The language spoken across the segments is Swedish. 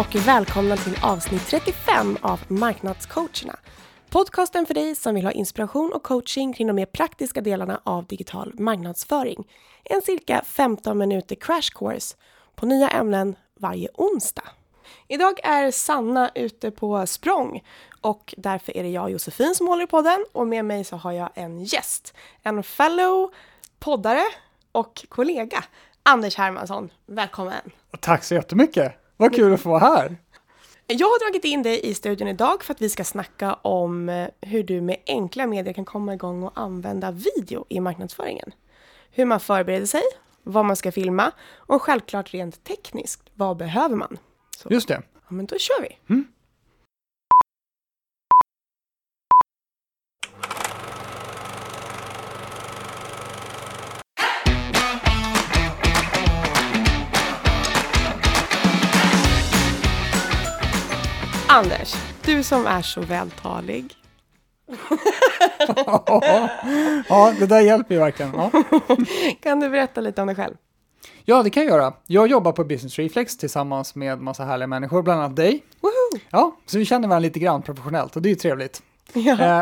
och välkomna till avsnitt 35 av Marknadscoacherna. Podcasten för dig som vill ha inspiration och coaching kring de mer praktiska delarna av digital marknadsföring. En cirka 15 minuter crash course på nya ämnen varje onsdag. Idag är Sanna ute på språng och därför är det jag, Josefin, som håller i podden. Och med mig så har jag en gäst, en fellow poddare och kollega, Anders Hermansson. Välkommen! Tack så jättemycket! Vad kul att få vara här! Jag har dragit in dig i studion idag för att vi ska snacka om hur du med enkla medier kan komma igång och använda video i marknadsföringen. Hur man förbereder sig, vad man ska filma och självklart rent tekniskt, vad behöver man? Så. Just det. Ja, men då kör vi! Anders, du som är så vältalig. Ja, det där hjälper ju verkligen. Ja. Kan du berätta lite om dig själv? Ja, det kan jag göra. Jag jobbar på Business Reflex tillsammans med massa härliga människor, bland annat dig. Woohoo! Ja, så vi känner varandra lite grann professionellt och det är ju trevligt. Ja.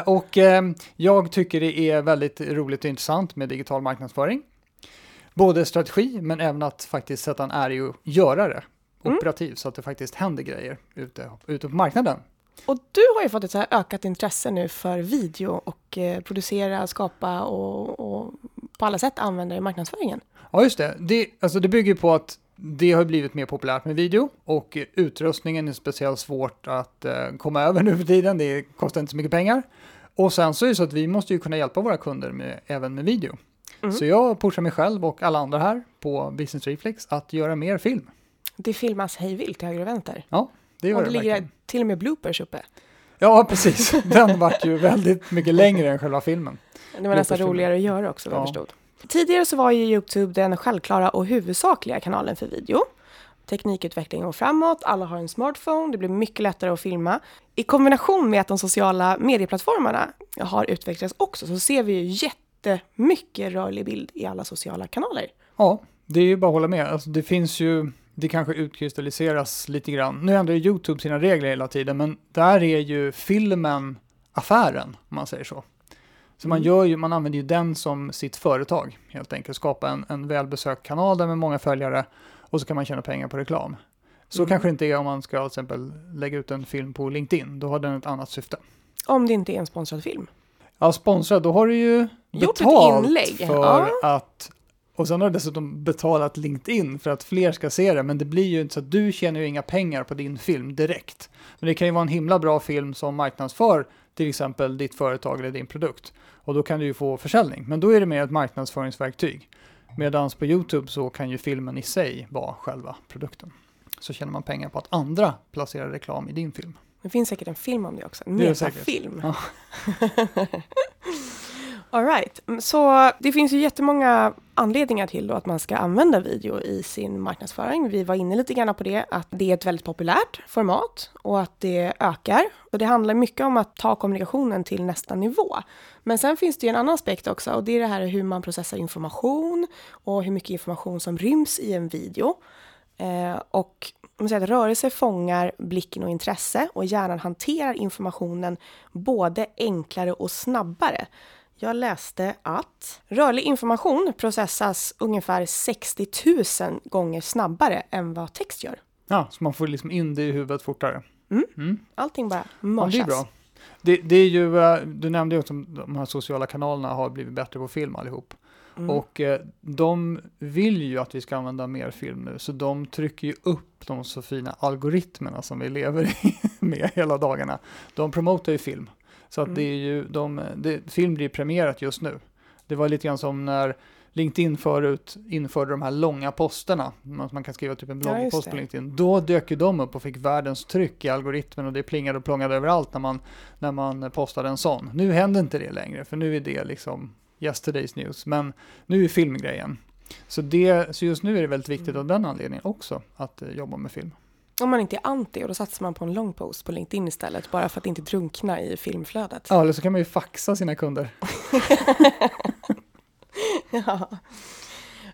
Jag tycker det är väldigt roligt och intressant med digital marknadsföring. Både strategi men även att faktiskt sätta en ära i att göra det operativt så att det faktiskt händer grejer ute på marknaden. Och du har ju fått ett så här ökat intresse nu för video och producera, skapa och på alla sätt använda i marknadsföringen. Ja, just det. Det bygger på att det har blivit mer populärt med video och utrustningen är speciellt svårt att komma över nu för tiden. Det kostar inte så mycket pengar. Och sen så är det så att vi måste ju kunna hjälpa våra kunder även med video. Så jag pushar mig själv och alla andra här på Business Reflex att göra mer film. Det filmas hej vilt till höger och vänster. Ja, det gör och det ligger verkligen. till och med bloopers uppe. Ja, precis. Den vart ju väldigt mycket längre än själva filmen. Det var nästan roligare att göra också, vad jag förstod. Tidigare så var ju YouTube den självklara och huvudsakliga kanalen för video. Teknikutveckling går framåt, alla har en smartphone, det blir mycket lättare att filma. I kombination med att de sociala medieplattformarna har utvecklats också så ser vi ju jättemycket rörlig bild i alla sociala kanaler. Ja, det är ju bara att hålla med. Alltså, det kanske utkristalliseras lite grann. Nu ändrar YouTube sina regler hela tiden, men där är ju filmen affären, om man säger så. Så man använder ju den som sitt företag, helt enkelt. Skapa en välbesökt kanal där med många följare och så kan man tjäna pengar på reklam. Så kanske det inte är om man ska till exempel lägga ut en film på LinkedIn. Då har den ett annat syfte. Om det inte är en sponsrad film. Ja, sponsrad, då har du ju gjort betalt ett inlägg för att... Och sen har du dessutom betalat LinkedIn för att fler ska se det. Men det blir ju inte så att du tjänar ju inga pengar på din film direkt. Men det kan ju vara en himla bra film som marknadsför till exempel ditt företag eller din produkt. Och då kan du ju få försäljning. Men då är det mer ett marknadsföringsverktyg. Medan på YouTube så kan ju filmen i sig vara själva produkten. Så tjänar man pengar på att andra placerar reklam i din film. Det finns säkert en film om det också. En metafilm. Ja. All right. Så det finns ju jättemånga anledningar till då att man ska använda video i sin marknadsföring. Vi var inne lite grann på det, att det är ett väldigt populärt format och att det ökar. Och det handlar mycket om att ta kommunikationen till nästa nivå. Men sen finns det ju en annan aspekt också och det är det här hur man processar information och hur mycket information som ryms i en video. Och man säger att rörelse fångar blicken och intresse och hjärnan hanterar informationen både enklare och snabbare. Jag läste att rörlig information processas ungefär 60 000 gånger snabbare än vad text gör. Ja, så man får liksom in det i huvudet fortare. Allting bara mörsas. Ja, det är bra. Det är ju, du nämnde ju också att de här sociala kanalerna har blivit bättre på film allihop. Och de vill ju att vi ska använda mer film nu. Så de trycker ju upp de så fina algoritmerna som vi lever med hela dagarna. De promotar ju film. Så att det är ju film blir premierat just nu. Det var lite grann som när LinkedIn förut införde de här långa posterna. Man kan skriva typ en bloggpost på LinkedIn. Då dök ju de upp och fick världens tryck i algoritmen och det plingade och plångade överallt när man postade en sån. Nu händer inte det längre för nu är det liksom yesterday's news. Men nu är filmgrejen. Så just nu är det väldigt viktigt av den anledningen också att jobba med film. Om man inte är anti och då satsar man på en lång post på LinkedIn istället bara för att inte drunkna i filmflödet. Ja, eller så kan man ju faxa sina kunder. Ja.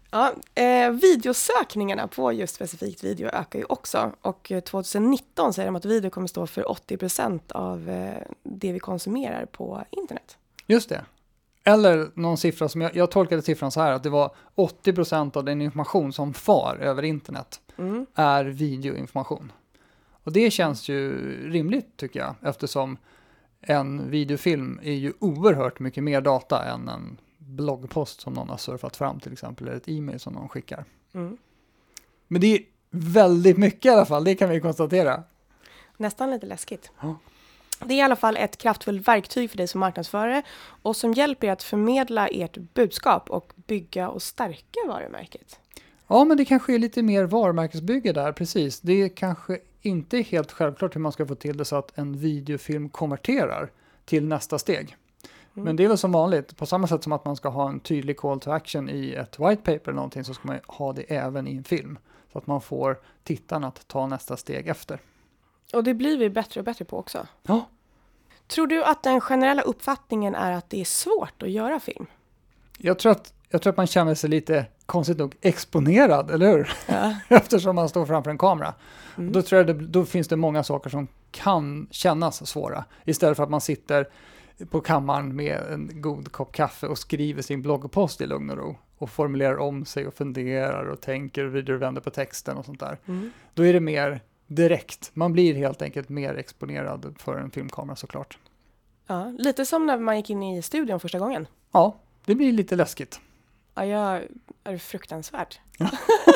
Ja, videosökningarna på just specifikt video ökar ju också. Och 2019 säger de att video kommer stå för 80% av det vi konsumerar på internet. Just det. Eller någon siffra som jag tolkade siffran så här, att det var 80% av den information som far över internet är videoinformation. Och det känns ju rimligt tycker jag, eftersom en videofilm är ju oerhört mycket mer data än en bloggpost som någon har surfat fram till exempel, eller ett e-mail som någon skickar. Men det är väldigt mycket i alla fall, det kan vi konstatera. Nästan lite läskigt. Ja. Det är i alla fall ett kraftfullt verktyg för dig som marknadsförare och som hjälper er att förmedla ert budskap och bygga och stärka varumärket. Ja, men det kanske är lite mer varumärkesbygge där, precis. Det är kanske inte helt självklart hur man ska få till det så att en videofilm konverterar till nästa steg. Men det är väl som vanligt, på samma sätt som att man ska ha en tydlig call to action i ett white paper eller någonting, så ska man ha det även i en film. Så att man får tittarna att ta nästa steg efter. Och det blir vi bättre och bättre på också. Ja. Tror du att den generella uppfattningen är att det är svårt att göra film? Jag tror att man känner sig lite, konstigt nog, exponerad, eller hur? Ja. Eftersom man står framför en kamera. Då tror jag då finns det många saker som kan kännas svåra. Istället för att man sitter på kammaren med en god kopp kaffe och skriver sin bloggpost i lugn och ro. Och formulerar om sig och funderar och tänker och vrider och vänder på texten och sånt där. Då är det mer direkt. Man blir helt enkelt mer exponerad för en filmkamera såklart. Ja, lite som när man gick in i studion första gången. Ja, det blir lite läskigt. Ja, är det fruktansvärt. Ja.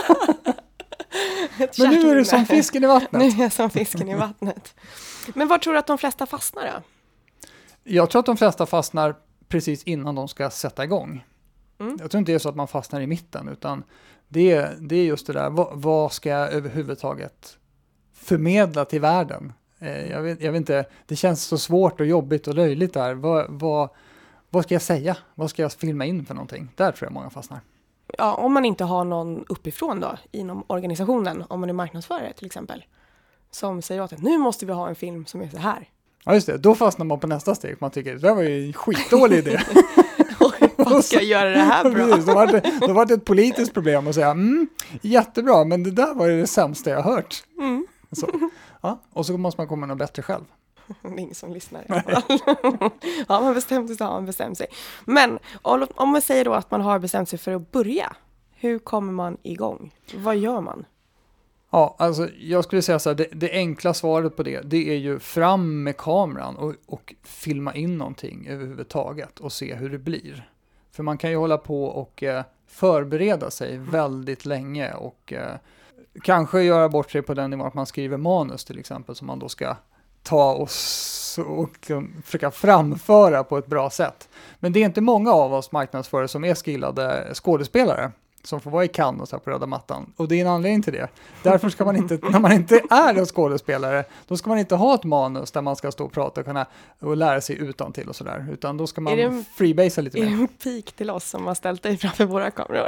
Men nu är det som fisken i vattnet. Nu är jag som fisken i vattnet. Men var tror du att de flesta fastnar då? Jag tror att de flesta fastnar precis innan de ska sätta igång. Jag tror inte det är så att man fastnar i mitten, utan det är just det där, vad ska jag överhuvudtaget förmedla till världen? Jag vet inte, det känns så svårt och jobbigt och löjligt där. Vad ska jag säga? Vad ska jag filma in för någonting? Där tror jag många fastnar. Ja, om man inte har någon uppifrån då, inom organisationen, om man är marknadsförare till exempel, som säger att nu måste vi ha en film som är så här. Ja just det, då fastnar man på nästa steg. Man tycker, det där var ju en skitdålig idé. Vad ska jag göra det här bra? Precis, då var det ett politiskt problem att säga, jättebra, men det där var ju det sämsta jag har hört. Så, ja, och så måste man komma med något bättre själv. Det är ingen som lyssnar i alla fall. Ja, man bestämt sig så har man bestämt sig. Men om man säger då att man har bestämt sig för att börja, hur kommer man igång? Vad gör man? Ja, alltså jag skulle säga så här, det enkla svaret på det är ju fram med kameran och filma in någonting överhuvudtaget och se hur det blir. För man kan ju hålla på och förbereda sig väldigt länge och kanske göra bort sig på den nivån att man skriver manus till exempel, som man då ska ta och försöka framföra på ett bra sätt. Men det är inte många av oss marknadsförare som är skillade skådespelare som får vara i Cannes och så här på röda mattan. Och det är en anledning till det. Därför ska man inte, när man inte är en skådespelare, då ska man inte ha ett manus där man ska stå och prata och lära sig utantill och sådär. Utan då ska man freebasea lite mer. Är det en pik till oss som har ställt dig framför våra kameror?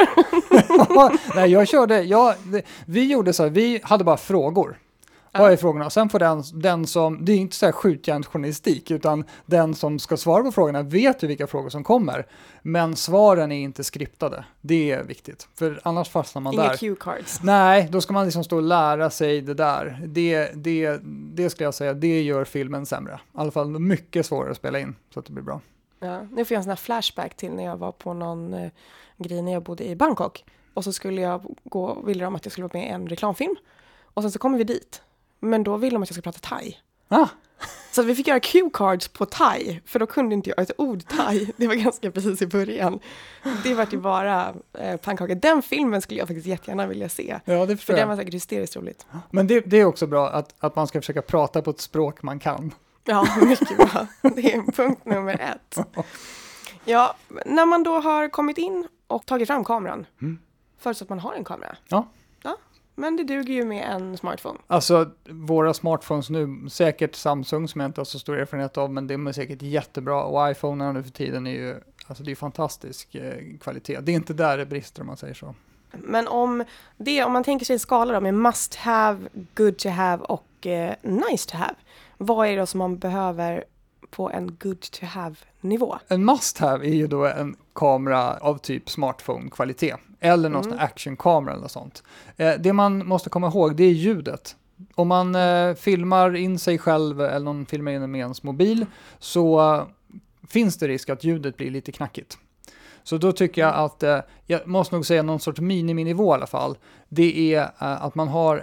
Nej, vi gjorde så här, vi hade bara frågor. Vad är frågorna? Och sen får den som, det är inte så här skjutjärnsjournalistik, utan den som ska svara på frågorna vet ju vilka frågor som kommer. Men svaren är inte skriptade. Det är viktigt. För annars fastnar man där. Inga cue-cards. Nej, då ska man liksom stå och lära sig det där. Det skulle jag säga, det gör filmen sämre. I alla fall mycket svårare att spela in så att det blir bra. Ja, nu får jag en sån här flashback till när jag var på någon grej när jag bodde i Bangkok. Och så skulle jag ville de att jag skulle vara med i en reklamfilm. Och sen så kommer vi dit. Men då ville de att jag skulle prata thai. Så att vi fick göra cue-cards på thai. För då kunde inte jag ett ord thai. Det var ganska precis i början. Det var ju bara pannkaka. Den filmen skulle jag faktiskt jättegärna vilja se. Ja, det för den var säkert hysteriskt roligt. Men det är också bra att man ska försöka prata på ett språk man kan. Ja, mycket bra. Det är punkt nummer 1. Ja, när man då har kommit in och tagit fram kameran. Först att man har en kamera. Ja. Men det duger ju med en smartphone. Alltså våra smartphones nu, säkert Samsung som jag inte har så stor erfarenhet av, men det är säkert jättebra. Och iPhonearna nu för tiden är ju, alltså det är fantastisk kvalitet. Det är inte där det brister om man säger så. Men om man tänker sig en skala då med must have, good to have och nice to have. Vad är det då som man behöver på en good to have nivå? En must have är ju då en kamera av typ smartphone-kvalitet. eller någon sån här actionkamera eller sånt. Det man måste komma ihåg, det är ljudet. Om man filmar in sig själv eller någon filmar in med ens mobil, så finns det risk att ljudet blir lite knackigt. Så då tycker jag att, jag måste nog säga någon sorts miniminivå i alla fall, det är att man har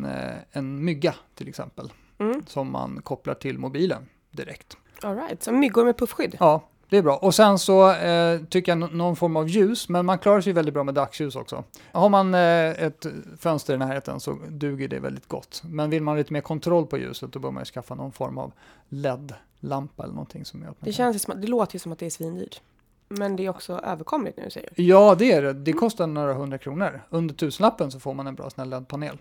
en mygga till exempel, som man kopplar till mobilen direkt. All right, så myggor med puffskydd. Ja, det är bra. Och sen så tycker jag någon form av ljus, men man klarar sig väldigt bra med dagsljus också. Har man ett fönster i närheten så duger det väldigt gott. Men vill man lite mer kontroll på ljuset, då bör man ju skaffa någon form av LED-lampa eller någonting som gör att det låter ju som att det är svindyrt. Men det är också överkomligt nu, säger du. Ja, det är det. Det kostar några 100 kronor. Under 1000-lappen så får man en bra snäll LED-panel.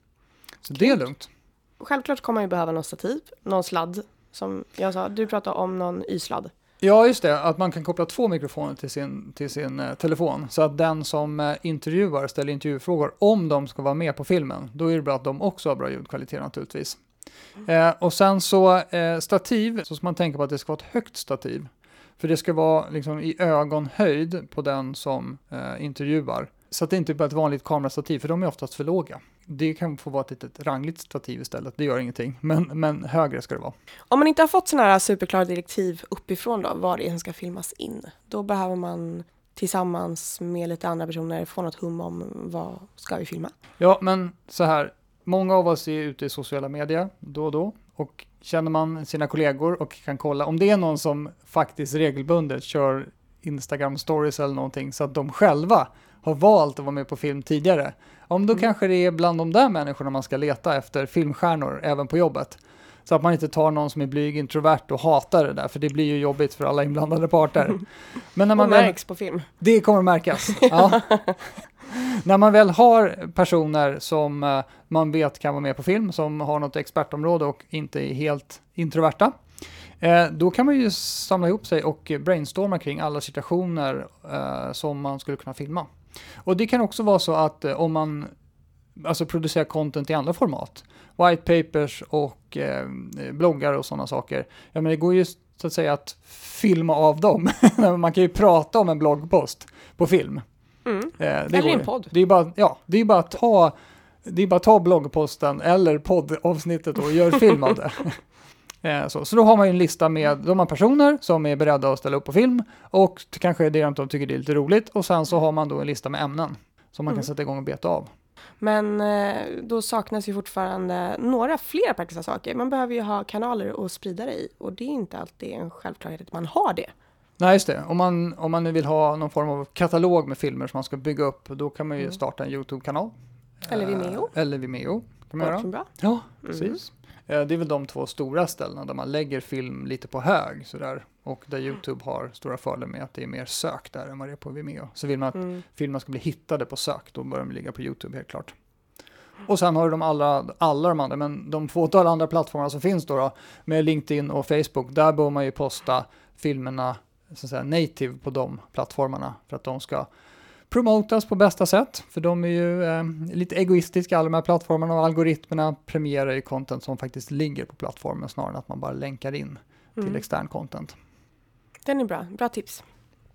Så det är lugnt. Självklart kommer man ju behöva någon stativ, någon sladd. Som jag sa, du pratade om någon y-sladd. Ja, just det. Att man kan koppla 2 mikrofoner till sin telefon. Så att den som intervjuar ställer intervjufrågor, om de ska vara med på filmen, då är det bra att de också har bra ljudkvalitet naturligtvis. Och sen så stativ, så ska man tänka på att det ska vara ett högt stativ. För det ska vara liksom i ögonhöjd på den som intervjuar. Så att det inte är bara ett vanligt kamerastativ, för de är oftast för låga. Det kan få vara ett litet rangligt stativ istället, det gör ingenting. Men högre ska det vara. Om man inte har fått sådana här superklara direktiv uppifrån då, vad det är som ska filmas in, då behöver man tillsammans med lite andra personer få något hum om vad ska vi filma. Ja, men så här, många av oss är ute i sociala medier då och då. Och känner man sina kollegor och kan kolla om det är någon som faktiskt regelbundet kör Instagram stories eller någonting, så att de själva har valt att vara med på film tidigare. Om då kanske det är bland de där människorna man ska leta efter filmstjärnor även på jobbet. Så att man inte tar någon som är blyg, introvert och hatar det där, för det blir ju jobbigt för alla inblandade parter. Men när man märks på film. Det kommer att märkas. Ja. När man väl har personer som man vet kan vara med på film, som har något expertområde och inte är helt introverta, då kan man ju samla ihop sig och brainstorma kring alla situationer som man skulle kunna filma. Och det kan också vara så att om man producerar content i andra format, white papers och bloggar och sådana saker, ja, men det går ju så att säga att filma av dem. Man kan ju prata om en bloggpost på film. Eller en podd. Det är bara att ta bloggposten eller poddavsnittet och gör film av det. Så då har man ju en lista med de personer som är beredda att ställa upp på film, och kanske det de tycker det är lite roligt, och sen så har man då en lista med ämnen som man kan sätta igång och beta av. Men då saknas ju fortfarande några fler praktiska saker. Man behöver ju ha kanaler att sprida det i, och det är inte alltid en självklarhet att man har det. Nej, just det. Om man nu vill ha någon form av katalog med filmer som man ska bygga upp, då kan man ju starta en YouTube-kanal. Eller Vimeo. Kan man göra. Bra. Ja, precis. Det är väl de 2 stora ställena där man lägger film lite på hög sådär, och där YouTube har stora fördelar med att det är mer sök där än vad det är på Vimeo. Så vill man att filmerna ska bli hittade på sök, då bör de ligga på YouTube helt klart. Och sen har du alla de andra, men de fåtal andra plattformarna som finns då med LinkedIn och Facebook, där bör man ju posta filmerna så att säga native på de plattformarna, för att de ska promotas på bästa sätt, för de är ju lite egoistiska, alla de här plattformarna, och algoritmerna premierar ju content som faktiskt ligger på plattformen snarare än att man bara länkar in till extern content. Den är bra tips.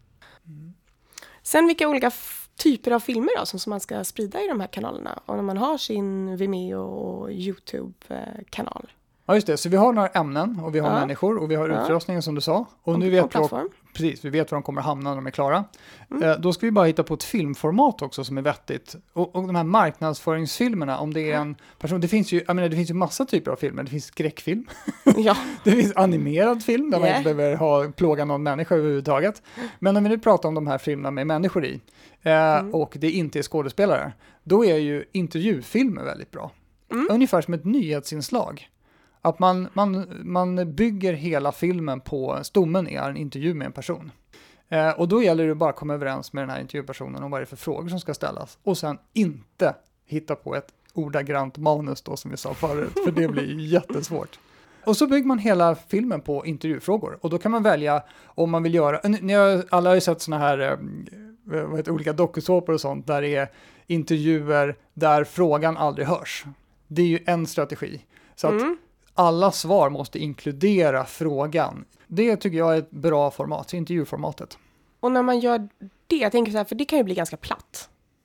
Sen vilka olika typer av filmer då som man ska sprida i de här kanalerna, och när man har sin Vimeo och YouTube-kanal? Ja, just det. Så vi har några ämnen och vi har människor och vi har utrustningen som du sa. Och nu vet vi vet var de kommer hamna när de är klara. Då ska vi bara hitta på ett filmformat också som är vettigt. Och de här marknadsföringsfilmerna, om det är en person, det finns ju massa typer av filmer. Det finns skräckfilm. Ja. Det finns animerad film där man inte behöver plåga någon människa överhuvudtaget. Men om vi nu pratar om de här filmerna med människor i och det inte är skådespelare, då är ju intervjufilmer väldigt bra. Ungefär som ett nyhetsinslag. Att man bygger hela filmen på stommen är en intervju med en person. Och då gäller det bara att komma överens med den här intervjupersonen om vad det är för frågor som ska ställas. Och sen inte hitta på ett ordagrant manus då, som vi sa förut, för det blir jättesvårt. Och så bygger man hela filmen på intervjufrågor. Och då kan man välja om man vill göra, alla har ju sett såna här olika dokusåpor och sånt, där det är intervjuer där frågan aldrig hörs. Det är ju en strategi. Så att alla svar måste inkludera frågan. Det tycker jag är ett bra format, intervjuformatet. Och när man gör det, jag tänker så här, för det kan ju bli ganska platt.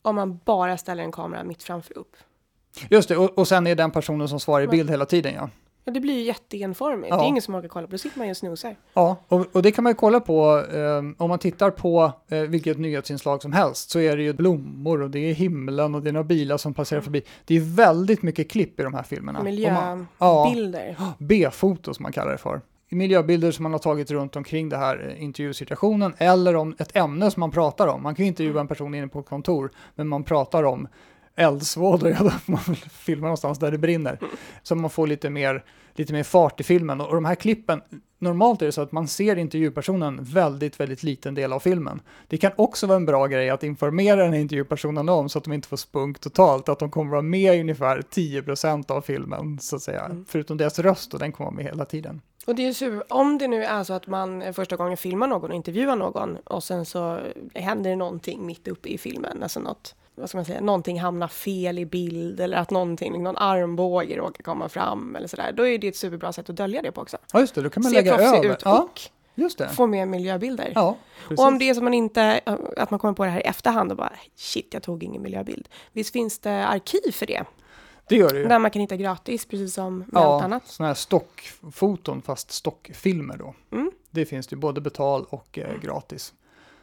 om man bara ställer en kamera mitt framför upp. Just det, och sen är den personen som svarar i bild hela tiden, ja. Ja, det blir ju jätteenformigt. Ja. Det är ingen som orkar kolla på. Då sitter man ju och snosar. Ja, och det kan man ju kolla på om man tittar på vilket nyhetsinslag som helst, så är det ju blommor och det är himlen och det är några bilar som passerar förbi. Det är väldigt mycket klipp i de här filmerna. Miljöbilder. B-foto som man kallar det för. Miljöbilder som man har tagit runt omkring det här intervjusituationen, eller om ett ämne som man pratar om. Man kan ju intervjua en person inne på ett kontor, men man pratar om eldsvådor, ja, då får man filma någonstans där det brinner. Så man får lite mer fart i filmen. Och de här klippen, normalt är det så att man ser intervjupersonen väldigt, väldigt liten del av filmen. Det kan också vara en bra grej att informera den här intervjupersonen om, så att de inte får spunk totalt, att de kommer vara med i ungefär 10% av filmen, så att säga. Förutom deras röst, och den kommer med hela tiden. Och det är super, om det nu är så att man första gången filmar någon och intervjuar någon, och sen så händer någonting mitt uppe i filmen, alltså något, vad ska man säga, någonting hamnar fel i bild, eller att någon armbåge råkar komma fram eller sådär, då är det ett superbra sätt att dölja det på också. Ja, just det, då kan man lägga över. Ut och just det. Få med miljöbilder. Ja, och om det är som att man kommer på det här i efterhand och bara, shit, jag tog ingen miljöbild. Visst finns det arkiv för det? Det gör det ju. Där man kan hitta gratis, precis som med allt annat. Sådana här stockfoton, fast stockfilmer då. Det finns det både betal och gratis.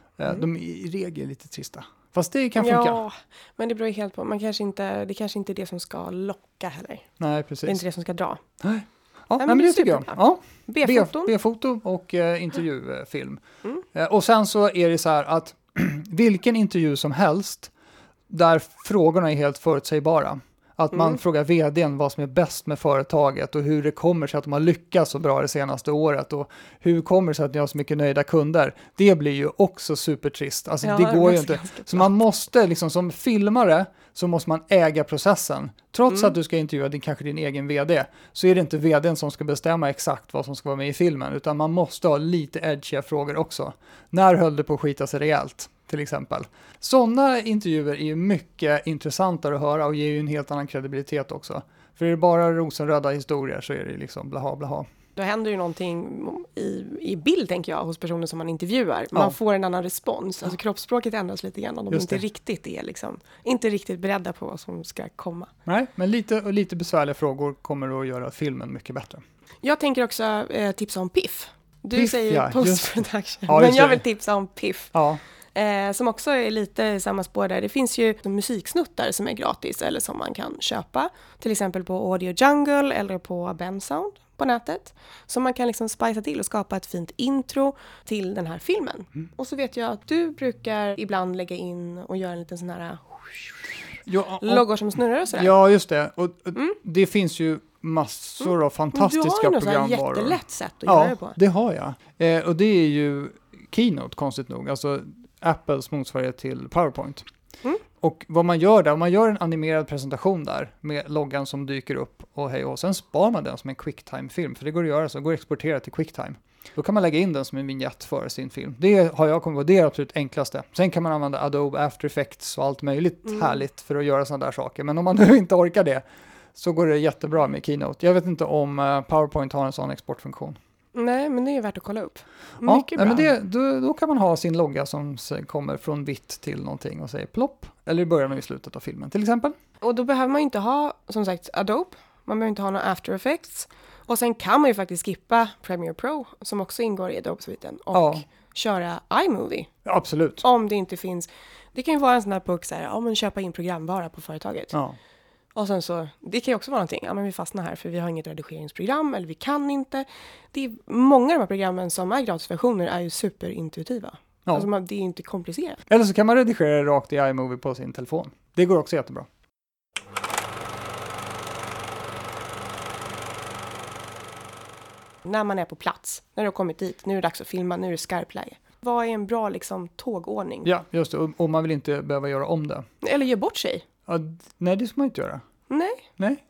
De är i regel lite trista. Fast det kan funka. Ja, men det beror helt på. Det kanske inte är det som ska locka heller. Nej, precis. Det är inte det som ska dra. Nej. Ja, men det tycker jag. Ja. B-foton och intervjufilm. Och sen så är det så här att vilken intervju som helst, där frågorna är helt förutsägbara. Att man frågar vdn vad som är bäst med företaget och hur det kommer sig att de har lyckats så bra det senaste året, och hur kommer det sig att ni har så mycket nöjda kunder. Det blir ju också supertrist. Alltså det går ju inte. Så man måste liksom, som filmare så måste man äga processen. Trots att du ska intervjua kanske din egen vd, så är det inte vdn som ska bestämma exakt vad som ska vara med i filmen, utan man måste ha lite edgiga frågor också. När höll det på att skita sig rejält? Till exempel. Sådana intervjuer är ju mycket intressantare att höra och ger ju en helt annan kredibilitet också. För är det bara rosenröda historier så är det liksom blaha blaha. Då händer ju någonting i bild, tänker jag, hos personer som man intervjuar. Man får en annan respons. Alltså kroppsspråket ändras lite grann om de inte riktigt beredda på vad som ska komma. Nej, men lite besvärliga frågor kommer att göra filmen mycket bättre. Jag tänker också tipsa om Piff. Du Piff, säger post-production, men jag vill tipsa om Piff. Ja. Som också är lite i samma spår där. Det finns ju musiksnuttar som är gratis eller som man kan köpa. Till exempel på Audio Jungle eller på Bensound på nätet. Som man kan liksom spicea till och skapa ett fint intro till den här filmen. Och så vet jag att du brukar ibland lägga in och göra en liten sån här loggor som snurrar och sådär. Ja, just det. Och det finns ju massor av fantastiska programvaror. Du har ju något jättelätt sätt att göra det på. Ja, det har jag. Och det är ju Keynote, konstigt nog. Alltså Apples motsvarighet till PowerPoint. Och vad man gör där, om man gör en animerad presentation där med loggan som dyker upp och sen spar man den som en QuickTime-film, för det går att göra så, går att exportera till QuickTime. Då kan man lägga in den som en vignett för sin film. Det har jag kommit på, det är absolut enklaste. Sen kan man använda Adobe After Effects och allt möjligt härligt för att göra sådana där saker. Men om man nu inte orkar det, så går det jättebra med Keynote. Jag vet inte om PowerPoint har en sån exportfunktion. Nej, men det är värt att kolla upp. Mycket bra. Men då kan man ha sin logga som kommer från vitt till någonting och säger plopp. Eller i början och i slutet av filmen till exempel. Och då behöver man inte ha, som sagt, Adobe. Man behöver inte ha några After Effects. Och sen kan man ju faktiskt skippa Premiere Pro som också ingår i Adobe-sviten. Och köra iMovie. Ja, absolut. Om det inte finns. Det kan ju vara en sån här puck så här, man köpa in programvara på företaget. Ja. Och sen så, det kan ju också vara någonting, men vi fastnar här för vi har inget redigeringsprogram eller vi kan inte. Det är många av de här programmen som är gratisversioner är ju superintuitiva. Ja. Alltså det är inte komplicerat. Eller så kan man redigera rakt i iMovie på sin telefon. Det går också jättebra. När man är på plats, när du har kommit dit, nu är det dags att filma, nu är det skarpt läge. Vad är en bra tågordning? Ja, just det. Och man vill inte behöva göra om det. Eller ge bort sig. Ja, nej, det ska man inte göra. Nej.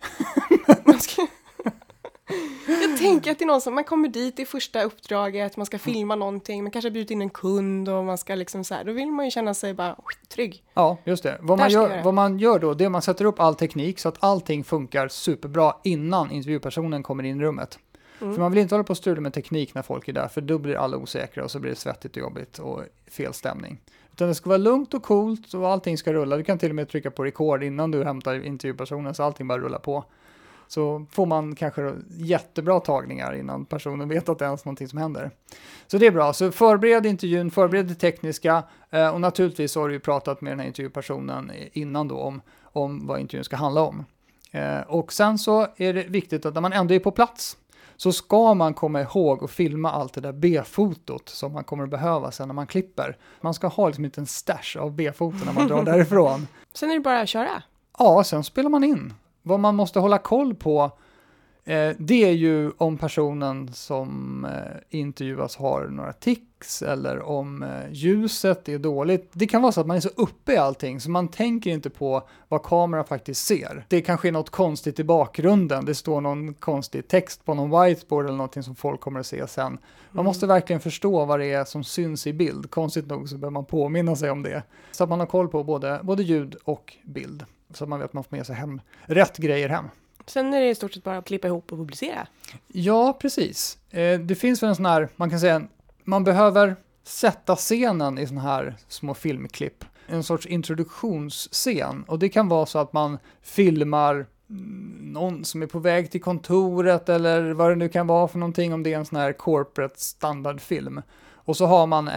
Jag tänker att det är någon som, man kommer dit i första uppdraget, man ska filma någonting, man kanske har bjudit in en kund och man ska liksom så här, då vill man ju känna sig bara trygg. Ja, just det. Vad man gör då, det är att man sätter upp all teknik så att allting funkar superbra innan intervjupersonen kommer in i rummet. För man vill inte hålla på och strula med teknik när folk är där, för då blir alla osäkra och så blir det svettigt och jobbigt och fel stämning. Utan det ska vara lugnt och coolt och allting ska rulla. Du kan till och med trycka på rekord innan du hämtar intervjupersonen så allting bara rullar på. Så får man kanske jättebra tagningar innan personen vet att det är ens någonting som händer. Så det är bra. Så förbered intervjun, förbered det tekniska och naturligtvis har du ju pratat med den här intervjupersonen innan då om vad intervjun ska handla om. Och sen så är det viktigt att när man ändå är på plats så ska man komma ihåg och filma allt det där B-fotot som man kommer att behöva sen när man klipper. Man ska ha liksom inte en stash av B-foton när man drar därifrån. Sen är det bara att köra. Ja, sen spelar man in. Vad man måste hålla koll på det är ju om personen som intervjuas har några tics eller om ljuset är dåligt. Det kan vara så att man är så uppe i allting så man tänker inte på vad kameran faktiskt ser. Det kanske är något konstigt i bakgrunden. Det står någon konstig text på någon whiteboard eller någonting som folk kommer att se sen. Man måste verkligen förstå vad det är som syns i bild. Konstigt nog så behöver man påminna sig om det. Så att man har koll på både ljud och bild. Så att man vet att man får med sig hem rätt grejer hem. Sen är det i stort sett bara att klippa ihop och publicera. Ja, precis. Det finns väl en sån här, man kan säga, man behöver sätta scenen i sån här små filmklipp. En sorts introduktionsscen. Och det kan vara så att man filmar någon som är på väg till kontoret eller vad det nu kan vara för någonting, om det är en sån här corporate standardfilm. Och så har man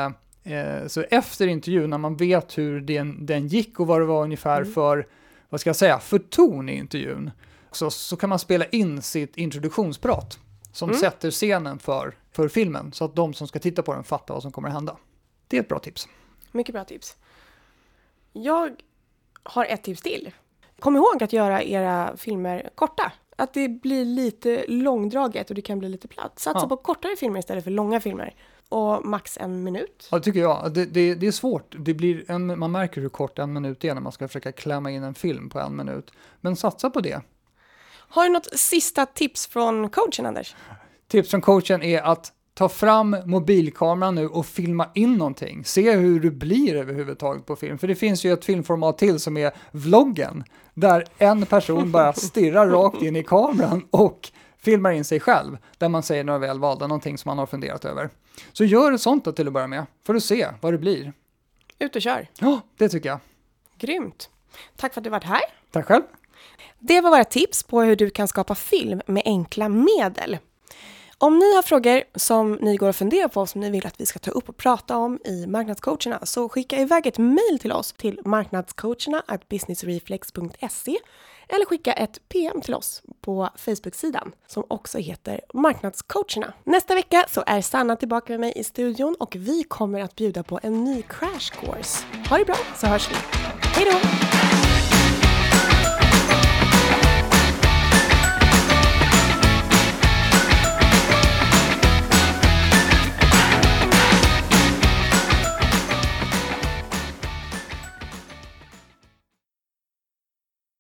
så efter intervjun när man vet hur den gick och vad det var ungefär för ton i intervjun. Så kan man spela in sitt introduktionsprat som sätter scenen för filmen så att de som ska titta på den fattar vad som kommer att hända. Det är ett bra tips. Mycket bra tips. Jag har ett tips till. Kom ihåg att göra era filmer korta. Att det blir lite långdraget och det kan bli lite platt. Satsa på kortare filmer istället för långa filmer. Och max 1 minut. Ja, det tycker jag. Det är svårt. Det blir man märker hur kort 1 minut är när man ska försöka klämma in en film på 1 minut. Men satsa på det. Har du något sista tips från coachen, Anders? Tips från coachen är att ta fram mobilkameran nu och filma in någonting. Se hur det blir överhuvudtaget på film. För det finns ju ett filmformat till som är vloggen. Där en person bara stirrar rakt in i kameran och filmar in sig själv. Där man säger några välvalda, någonting som man har funderat över. Så gör ett sånt då till att börja med. För att se vad det blir. Ut och kör. Ja, det tycker jag. Grymt. Tack för att du varit här. Tack själv. Det var våra tips på hur du kan skapa film med enkla medel. Om ni har frågor som ni går och funderar på som ni vill att vi ska ta upp och prata om i Marknadscoacherna så skicka iväg ett mejl till oss till marknadscoacherna@businessreflex.se eller skicka ett PM till oss på Facebook-sidan som också heter Marknadscoacherna. Nästa vecka så är Sanna tillbaka med mig i studion och vi kommer att bjuda på en ny crash course. Ha det bra så hörs vi. Hej då!